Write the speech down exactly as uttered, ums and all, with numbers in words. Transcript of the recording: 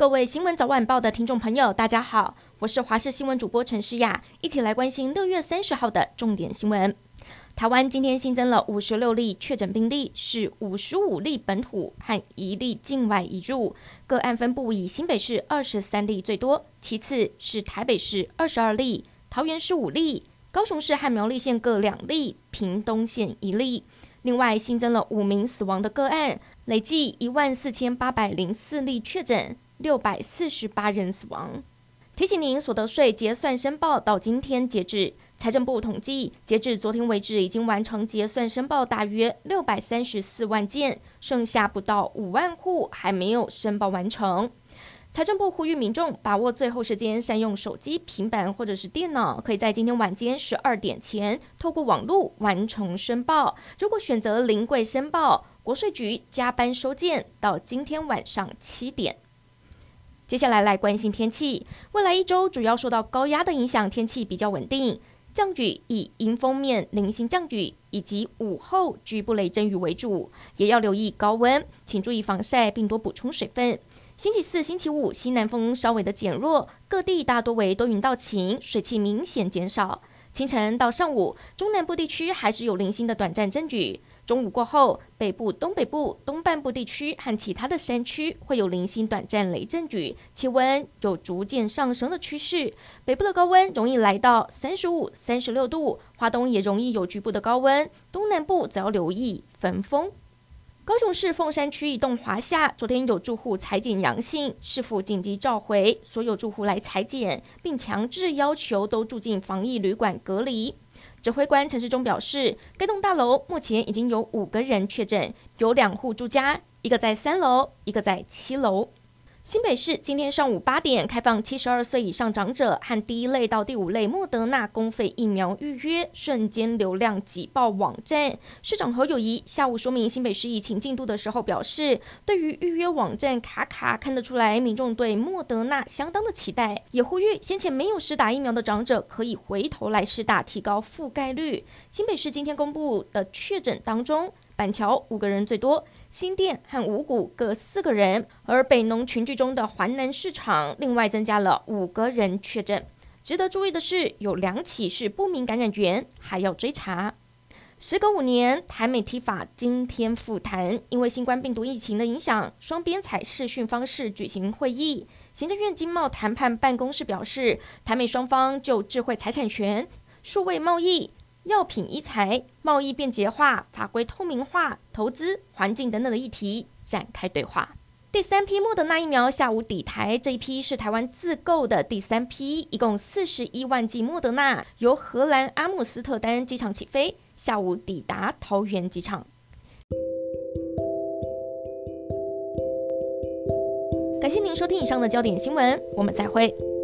各位新闻早晚报的听众朋友，大家好，我是华视新闻主播陈诗雅，一起来关心六月三十号的重点新闻。台湾今天新增了五十六例确诊病例，是五十五例本土和一例境外移入，个案分布以新北市二十三例最多，其次是台北市二十二例，桃园市五例，高雄市和苗栗县各两例，屏东县一例。另外新增了五名死亡的个案，累计一万四千八百零四例确诊，六百四十八人死亡。提醒您，所得税结算申报到今天截止。财政部统计，截至昨天为止，已经完成结算申报大约六百三十四万件，剩下不到五万户还没有申报完成。财政部呼吁民众把握最后时间，善用手机、平板或者是电脑，可以在今天晚间十二点前透过网络完成申报。如果选择临柜申报，国税局加班收件到今天晚上七点。接下来来关心天气，未来一周主要受到高压的影响，天气比较稳定。降雨以迎风面零星降雨以及午后局部雷阵雨为主，也要留意高温，请注意防晒并多补充水分。星期四、星期五西南风稍微的减弱，各地大多为多云到晴，水汽明显减少。清晨到上午，中南部地区还是有零星的短暂阵雨。中午过后，北部、东北部、东半部地区和其他的山区会有零星短暂雷阵雨，气温有逐渐上升的趋势。北部的高温容易来到三十五、三十六度，花东也容易有局部的高温，东南部则要留意焚风。高雄市凤山区一栋华夏，昨天有住户采检阳性，市府紧急召回所有住户来采检，并强制要求都住进防疫旅馆隔离。指挥官陈时中表示，该栋大楼目前已经有五个人确诊，有两户住家，一个在三楼，一个在七楼。新北市今天上午八点开放七十二岁以上长者和第一类到第五类莫德纳公费疫苗预约，瞬间流量挤爆网站。市长侯友宜下午说明新北市疫情进度的时候表示，对于预约网站卡卡，看得出来民众对莫德纳相当的期待，也呼吁先前没有施打疫苗的长者可以回头来施打，提高覆盖率。新北市今天公布的确诊当中，板桥五个人最多，新店和五股各四个人，而北农群聚中的环南市场另外增加了五个人确诊。值得注意的是，有两起是不明感染源，还要追查。时隔五年，台美 T 法今天复谈，因为新冠病毒疫情的影响，双边采视讯方式举行会议。行政院经贸谈判办公室表示，台美双方就智慧财产权、数位贸易、药品医材、贸易便捷化、法规透明化、投资、环境等等的议题展开对话。第三批莫德纳疫苗下午抵台，这一批是台湾自购的第三批，一共四十一万剂莫德纳，由荷兰阿姆斯特丹机场起飞，下午抵达桃园机场。感谢您收听以上的焦点新闻，我们再会。